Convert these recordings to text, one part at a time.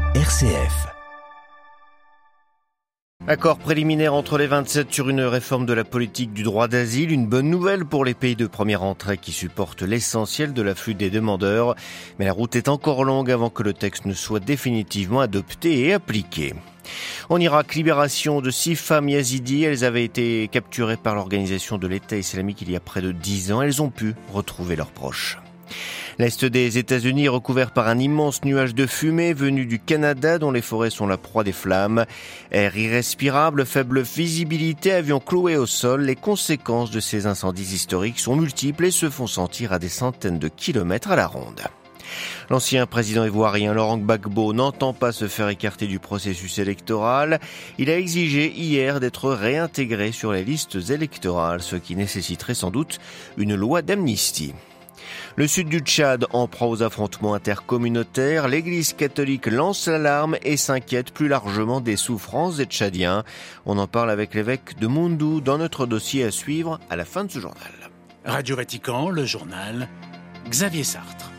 RCF. Accord préliminaire entre les 27 sur une réforme de la politique du droit d'asile, une bonne nouvelle pour les pays de première entrée qui supportent l'essentiel de l'afflux des demandeurs. Mais la route est encore longue avant que le texte ne soit définitivement adopté et appliqué. En Irak, libération de 6 femmes yazidis. Elles avaient été capturées par l'organisation de l'État islamique il y a près de 10 ans. Elles ont pu retrouver leurs proches. L'Est des États-Unis est recouvert par un immense nuage de fumée venu du Canada dont les forêts sont la proie des flammes. Air irrespirable, faible visibilité, avions cloués au sol. Les conséquences de ces incendies historiques sont multiples et se font sentir à des centaines de kilomètres à la ronde. L'ancien président ivoirien Laurent Gbagbo n'entend pas se faire écarter du processus électoral. Il a exigé hier d'être réintégré sur les listes électorales, ce qui nécessiterait sans doute une loi d'amnistie. Le sud du Tchad en proie aux affrontements intercommunautaires, l'Église catholique lance l'alarme et s'inquiète plus largement des souffrances des Tchadiens. On en parle avec l'évêque de Moundou dans notre dossier à suivre à la fin de ce journal. Radio Vatican, le journal, Xavier Sartre.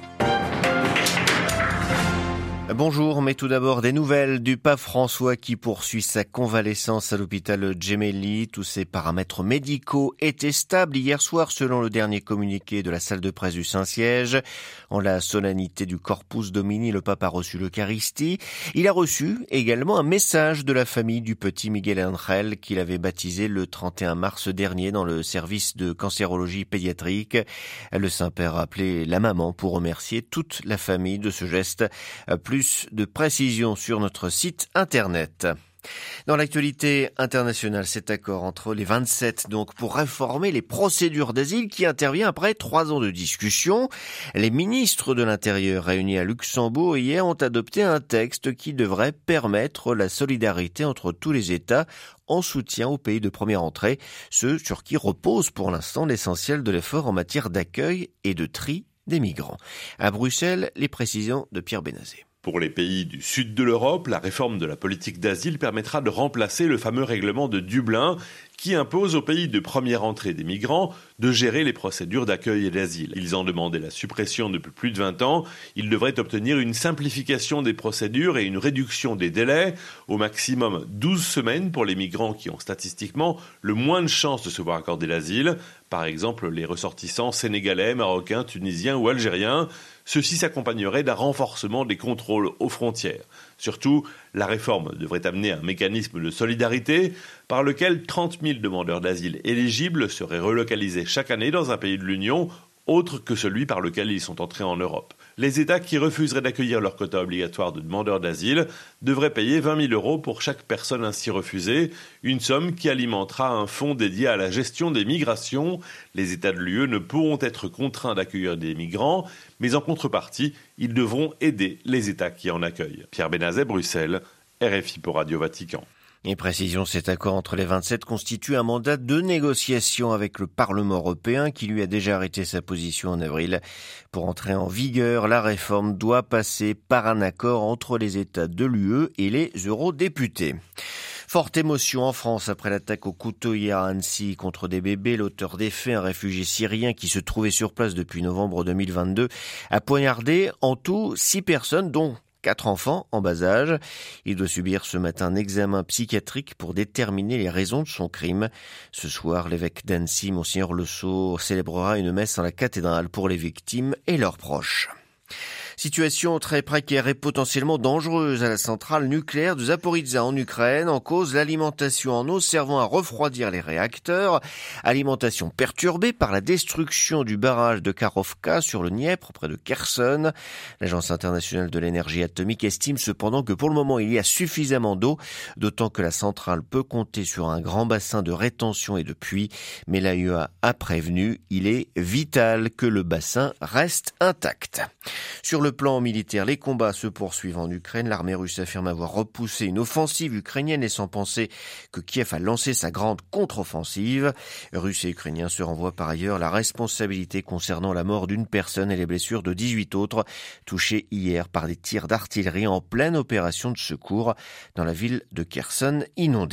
Bonjour, mais tout d'abord des nouvelles du pape François qui poursuit sa convalescence à l'hôpital Gemelli. Tous ses paramètres médicaux étaient stables hier soir selon le dernier communiqué de la salle de presse du Saint-Siège. En la solennité du Corpus Domini, le pape a reçu l'Eucharistie. Il a reçu également un message de la famille du petit Miguel Angel qu'il avait baptisé le 31 mars dernier dans le service de cancérologie pédiatrique. Le Saint-Père a appelé la maman pour remercier toute la famille de ce geste. Plus de précisions sur notre site internet. Dans l'actualité internationale, cet accord entre les 27 donc pour réformer les procédures d'asile qui intervient après 3 ans de discussion. Les ministres de l'Intérieur réunis à Luxembourg hier ont adopté un texte qui devrait permettre la solidarité entre tous les États en soutien aux pays de première entrée, ce sur qui repose pour l'instant l'essentiel de l'effort en matière d'accueil et de tri des migrants. À Bruxelles, les précisions de Pierre Benazet. Pour les pays du sud de l'Europe, la réforme de la politique d'asile permettra de remplacer le fameux règlement de Dublin qui impose aux pays de première entrée des migrants de gérer les procédures d'accueil et d'asile. Ils en demandaient la suppression depuis plus de 20 ans. Ils devraient obtenir une simplification des procédures et une réduction des délais, au maximum 12 semaines pour les migrants qui ont statistiquement le moins de chances de se voir accorder l'asile, par exemple les ressortissants sénégalais, marocains, tunisiens ou algériens. Ceci s'accompagnerait d'un renforcement des contrôles aux frontières. Surtout, la réforme devrait amener un mécanisme de solidarité par lequel 30 000 demandeurs d'asile éligibles seraient relocalisés chaque année dans un pays de l'Union, autre que celui par lequel ils sont entrés en Europe. Les États qui refuseraient d'accueillir leur quota obligatoire de demandeurs d'asile devraient payer 20 000 € pour chaque personne ainsi refusée, une somme qui alimentera un fonds dédié à la gestion des migrations. Les États de l'UE ne pourront être contraints d'accueillir des migrants, mais en contrepartie, ils devront aider les États qui en accueillent. Pierre Benazet, Bruxelles, RFI pour Radio Vatican. Et précision, cet accord entre les 27 constitue un mandat de négociation avec le Parlement européen qui lui a déjà arrêté sa position en avril. Pour entrer en vigueur, la réforme doit passer par un accord entre les États de l'UE et les eurodéputés. Forte émotion en France après l'attaque au couteau hier à Annecy contre des bébés. L'auteur des faits, un réfugié syrien qui se trouvait sur place depuis novembre 2022, a poignardé en tout 6 personnes, dont 4 enfants en bas âge. Il doit subir ce matin un examen psychiatrique pour déterminer les raisons de son crime. Ce soir, l'évêque d'Annecy, Monseigneur Le Sceau, célébrera une messe en la cathédrale pour les victimes et leurs proches. Situation très précaire et potentiellement dangereuse à la centrale nucléaire de Zaporizhzhia en Ukraine. En cause, l'alimentation en eau servant à refroidir les réacteurs. Alimentation perturbée par la destruction du barrage de Karovka sur le Dniepr, près de Kherson. L'Agence internationale de l'énergie atomique estime cependant que pour le moment, il y a suffisamment d'eau, d'autant que la centrale peut compter sur un grand bassin de rétention et de puits. Mais l'AIEA a prévenu, il est vital que le bassin reste intact. Sur le plan militaire, les combats se poursuivent en Ukraine. L'armée russe affirme avoir repoussé une offensive ukrainienne, laissant penser que Kiev a lancé sa grande contre-offensive. Russes et Ukrainiens se renvoient par ailleurs la responsabilité concernant la mort d'une personne et les blessures de 18 autres, touchées hier par des tirs d'artillerie en pleine opération de secours dans la ville de Kherson inondée.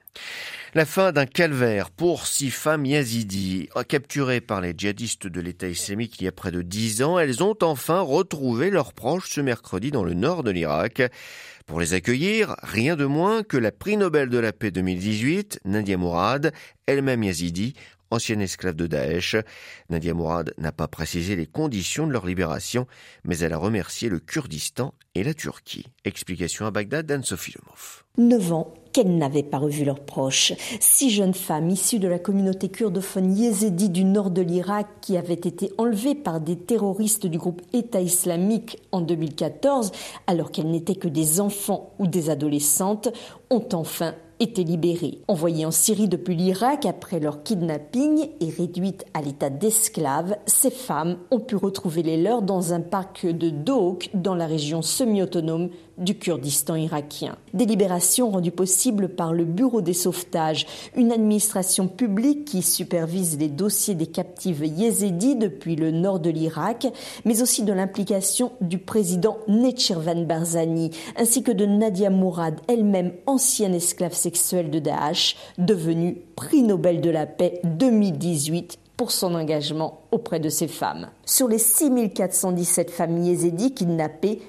La fin d'un calvaire pour 6 femmes yazidis. Capturées par les djihadistes de l'État islamique il y a près de 10 ans, elles ont enfin retrouvé leurs proches ce mercredi dans le nord de l'Irak. Pour les accueillir, rien de moins que la prix Nobel de la paix 2018, Nadia Mourad, elle-même yazidi, ancienne esclave de Daesh. Nadia Mourad n'a pas précisé les conditions de leur libération, mais elle a remercié le Kurdistan et la Turquie. Explication à Bagdad d'Anne-Sophie Lemov. 9 ans qu'elles n'avaient pas revu leurs proches. 6 jeunes femmes issues de la communauté kurdophone yézidi du nord de l'Irak qui avaient été enlevées par des terroristes du groupe État islamique en 2014, alors qu'elles n'étaient que des enfants ou des adolescentes, ont enfin été libérées. Envoyées en Syrie depuis l'Irak après leur kidnapping et réduites à l'état d'esclaves, ces femmes ont pu retrouver les leurs dans un parc de Dohuk dans la région semi-autonome du Kurdistan irakien. Des libérations rendues possibles par le Bureau des sauvetages, une administration publique qui supervise les dossiers des captives yézidis depuis le nord de l'Irak, mais aussi de l'implication du président Nechirvan Barzani, ainsi que de Nadia Mourad, elle-même ancienne esclave sexuelle de Daesh, devenue prix Nobel de la paix 2018 pour son engagement auprès de ces femmes. Sur les 6417 femmes yézidis kidnappées,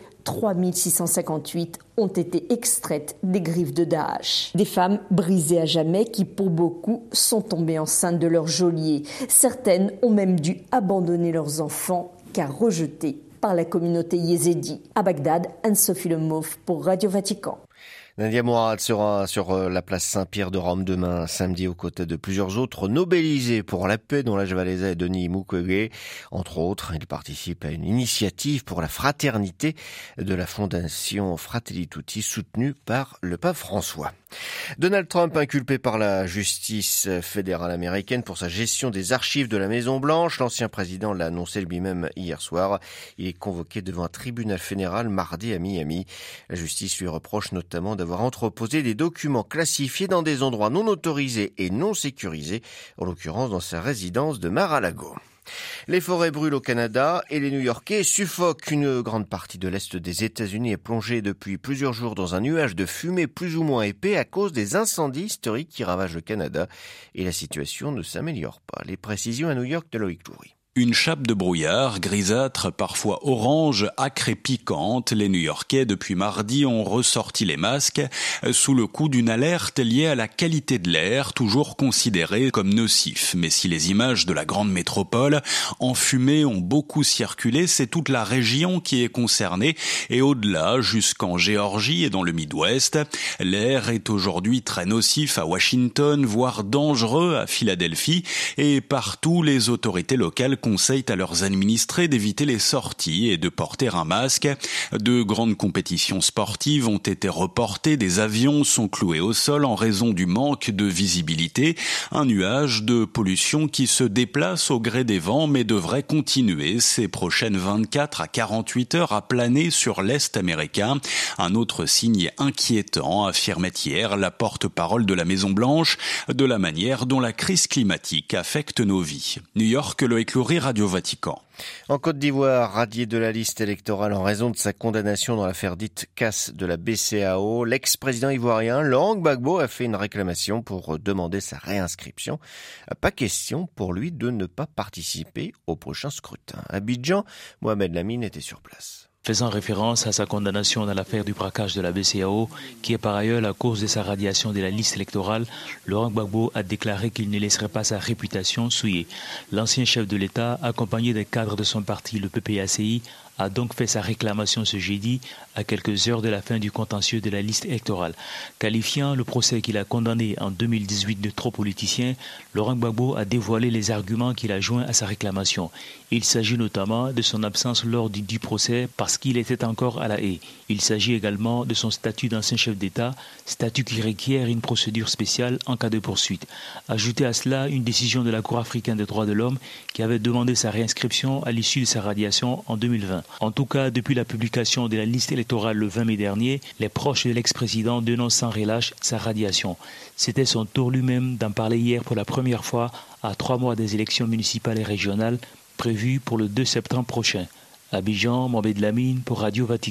3658 ont été extraites des griffes de Daesh. Des femmes brisées à jamais qui, pour beaucoup, sont tombées enceintes de leur geôlier. Certaines ont même dû abandonner leurs enfants car rejetés par la communauté yézidi. À Bagdad, Anne-Sophie Lemov pour Radio Vatican. Nadia Mourad sera sur la place Saint-Pierre de Rome demain samedi aux côtés de plusieurs autres nobelisés pour la paix dont Lech Walesa et Denis Mukwege. Entre autres, il participe à une initiative pour la fraternité de la fondation Fratelli Tutti soutenue par le pape François. Donald Trump inculpé par la justice fédérale américaine pour sa gestion des archives de la Maison-Blanche. L'ancien président l'a annoncé lui-même hier soir. Il est convoqué devant un tribunal fédéral mardi à Miami. La justice lui reproche notamment d'avoir entreposé des documents classifiés dans des endroits non autorisés et non sécurisés, en l'occurrence dans sa résidence de Mar-a-Lago. Les forêts brûlent au Canada et les New-Yorkais suffoquent. Une grande partie de l'est des États-Unis est plongée depuis plusieurs jours dans un nuage de fumée plus ou moins épais à cause des incendies historiques qui ravagent le Canada. Et la situation ne s'améliore pas. Les précisions à New York de Loïc Loury. Une chape de brouillard, grisâtre, parfois orange, âcre et piquante. Les New-Yorkais, depuis mardi, ont ressorti les masques sous le coup d'une alerte liée à la qualité de l'air, toujours considérée comme nocif. Mais si les images de la grande métropole enfumées ont beaucoup circulé, c'est toute la région qui est concernée et au-delà, jusqu'en Géorgie et dans le Midwest. L'air est aujourd'hui très nocif à Washington, voire dangereux à Philadelphie et partout les autorités locales conseillent à leurs administrés d'éviter les sorties et de porter un masque. De grandes compétitions sportives ont été reportées, des avions sont cloués au sol en raison du manque de visibilité. Un nuage de pollution qui se déplace au gré des vents mais devrait continuer ces prochaines 24 à 48 heures à planer sur l'Est américain. Un autre signe inquiétant, affirmait hier la porte-parole de la Maison-Blanche, de la manière dont la crise climatique affecte nos vies. New York, Loïc Loury, Radio Vatican. En Côte d'Ivoire, radié de la liste électorale en raison de sa condamnation dans l'affaire dite casse de la BCEAO, l'ex-président ivoirien Laurent Gbagbo a fait une réclamation pour demander sa réinscription. Pas question pour lui de ne pas participer au prochain scrutin. À Abidjan, Mohamed Lamine était sur place. Faisant référence à sa condamnation dans l'affaire du braquage de la BCEAO, qui est par ailleurs la cause de sa radiation de la liste électorale, Laurent Gbagbo a déclaré qu'il ne laisserait pas sa réputation souillée. L'ancien chef de l'État, accompagné des cadres de son parti, le PPACI, a donc fait sa réclamation ce jeudi, à quelques heures de la fin du contentieux de la liste électorale. Qualifiant le procès qu'il a condamné en 2018 de trop politicien, Laurent Gbagbo a dévoilé les arguments qu'il a joints à sa réclamation. Il s'agit notamment de son absence lors du procès parce qu'il était encore à La Haye. Il s'agit également de son statut d'ancien chef d'État, statut qui requiert une procédure spéciale en cas de poursuite. Ajoutez à cela une décision de la Cour africaine des droits de l'homme qui avait demandé sa réinscription à l'issue de sa radiation en 2020. En tout cas, depuis la publication de la liste électorale le 20 mai dernier, les proches de l'ex-président dénoncent sans relâche sa radiation. C'était son tour lui-même d'en parler hier pour la première fois à 3 mois des élections municipales et régionales prévues pour le 2 septembre prochain. Abidjan, Mohamed Lamine pour Radio Vatican.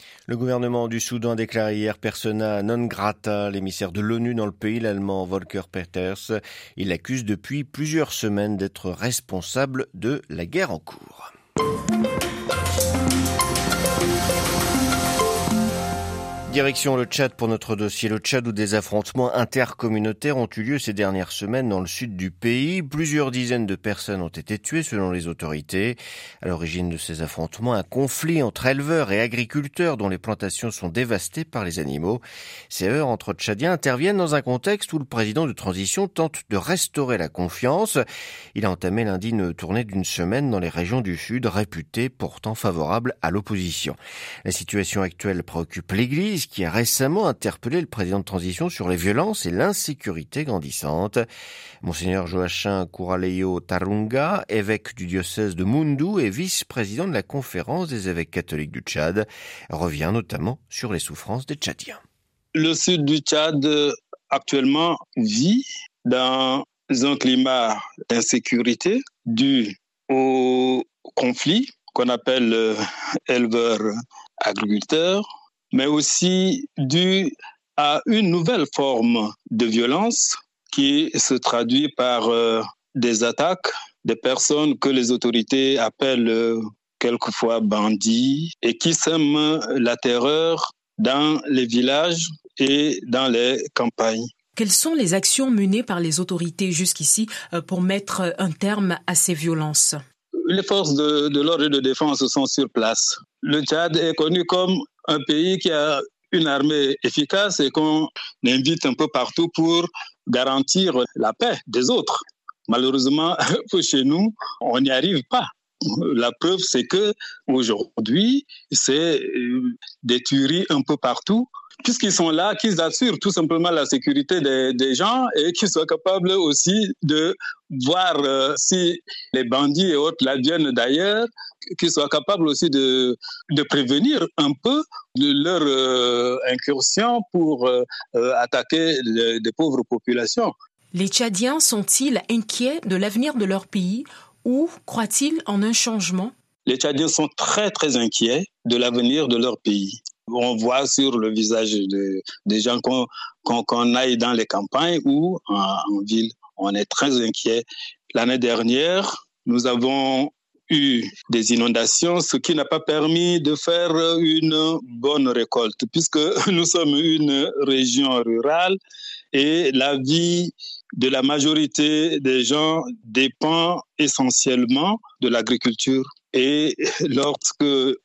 Le gouvernement du Soudan a déclaré hier persona non grata l'émissaire de l'ONU dans le pays, l'Allemand Volker Perthes. Il l'accuse depuis plusieurs semaines d'être responsable de la guerre en cours. Direction le Tchad pour notre dossier. Le Tchad où des affrontements intercommunautaires ont eu lieu ces dernières semaines dans le sud du pays. Plusieurs dizaines de personnes ont été tuées selon les autorités. À l'origine de ces affrontements, un conflit entre éleveurs et agriculteurs dont les plantations sont dévastées par les animaux. Ces heurts entre Tchadiens interviennent dans un contexte où le président de transition tente de restaurer la confiance. Il a entamé lundi une tournée d'une semaine dans les régions du sud réputées pourtant favorables à l'opposition. La situation actuelle préoccupe l'Église qui a récemment interpellé le président de transition sur les violences et l'insécurité grandissante. Monseigneur Joachim Kouraleyo Tarunga, évêque du diocèse de Moundou et vice-président de la conférence des évêques catholiques du Tchad, revient notamment sur les souffrances des Tchadiens. Le sud du Tchad actuellement vit dans un climat d'insécurité dû au conflit qu'on appelle éleveurs-agriculteurs, mais aussi dû à une nouvelle forme de violence qui se traduit par des attaques des personnes que les autorités appellent quelquefois bandits et qui sèment la terreur dans les villages et dans les campagnes. Quelles sont les actions menées par les autorités jusqu'ici pour mettre un terme à ces violences ? Les forces de l'ordre et de défense sont sur place. Le Tchad est connu comme un pays qui a une armée efficace et qu'on invite un peu partout pour garantir la paix des autres. Malheureusement, chez nous, on n'y arrive pas. La preuve, c'est que aujourd'hui, c'est des tueries un peu partout. Puisqu'ils sont là, qu'ils assurent tout simplement la sécurité des gens et qu'ils soient capables aussi de voir si les bandits et autres là viennent d'ailleurs, qu'ils soient capables aussi de prévenir un peu de leur incursion pour attaquer des pauvres populations. Les Tchadiens sont-ils inquiets de l'avenir de leur pays ou croient-ils en un changement ? Les Tchadiens sont très très inquiets de l'avenir de leur pays. On voit sur le visage des gens qu'on aille dans les campagnes ou en ville. On est très inquiets. L'année dernière, nous avons eu des inondations, ce qui n'a pas permis de faire une bonne récolte, puisque nous sommes une région rurale et la vie de la majorité des gens dépend essentiellement de l'agriculture. Et lorsque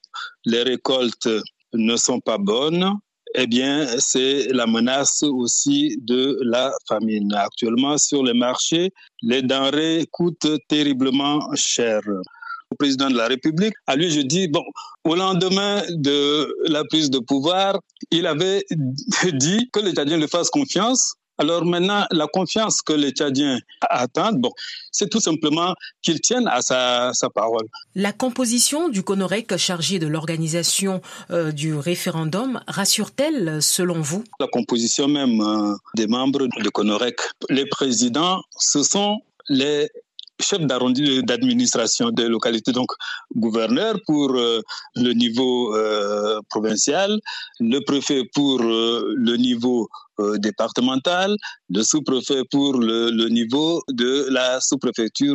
les récoltes ne sont pas bonnes, eh bien, c'est la menace aussi de la famine. Actuellement, sur les marchés, les denrées coûtent terriblement cher. Le président de la République, à lui, je dis, au lendemain de la prise de pouvoir, il avait dit que les Tchadiens lui fassent confiance. Alors maintenant, la confiance que les Tchadiens attendent, c'est tout simplement qu'ils tiennent à sa parole. La composition du CONOREC chargé de l'organisation du référendum rassure-t-elle selon vous ? La composition même des membres du CONOREC, les présidents, ce sont les chefs d'administration des localités, donc gouverneur pour le niveau provincial, le préfet pour le niveau départemental, le sous-préfet pour le niveau de la sous-préfecture.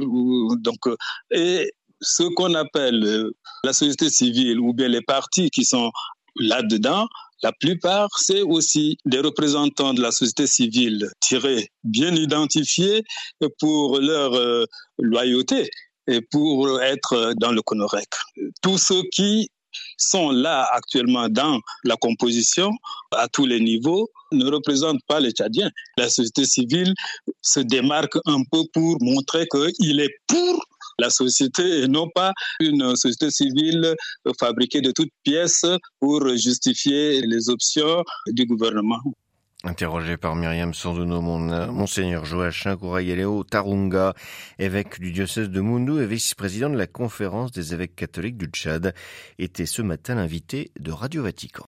Et ce qu'on appelle la société civile ou bien les partis qui sont là-dedans, la plupart, c'est aussi des représentants de la société civile bien identifiés pour leur loyauté et pour être dans le CONOREC. Tous ceux qui sont là actuellement dans la composition à tous les niveaux ne représentent pas les Tchadiens. La société civile se démarque un peu pour montrer qu'il est pour la société et non pas une société civile fabriquée de toutes pièces pour justifier les options du gouvernement. Interrogé par Myriam Sandono, Monseigneur Joachim Kouraleyo Tarunga, évêque du diocèse de Moundou et vice-président de la conférence des évêques catholiques du Tchad, était ce matin l'invité de Radio Vatican.